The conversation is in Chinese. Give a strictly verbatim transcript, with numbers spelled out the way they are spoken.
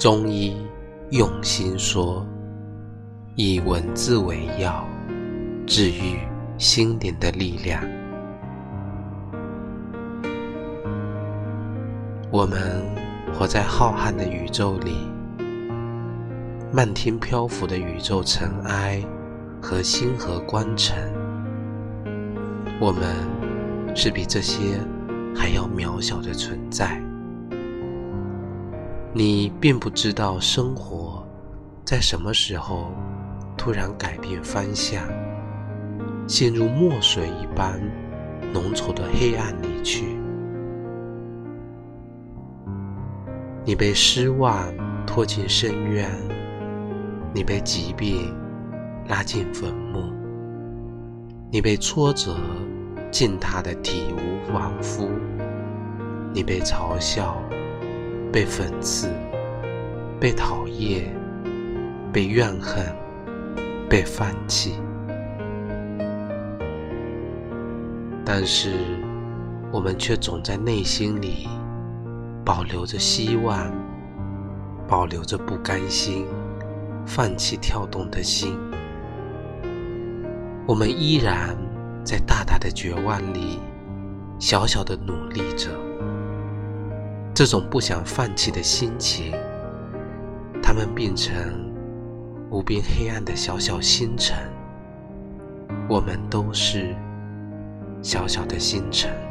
中医用心说，以文字为药，治愈心灵的力量。我们活在浩瀚的宇宙里，漫天漂浮的宇宙尘埃和星河光尘，我们是比这些还要渺小的存在。你并不知道生活在什么时候突然改变方向，陷入墨水一般浓稠的黑暗里去。你被失望拖进深渊，你被疾病拉进坟墓，你被挫折浸踏得体无完肤，你被嘲笑，被讽刺，被讨厌，被怨恨，被放弃。但是我们却总在内心里保留着希望，保留着不甘心放弃跳动的心。我们依然在大大的绝望里小小的努力着。这种不想放弃的心情，它们变成无边黑暗的小小星辰。我们都是小小的星辰。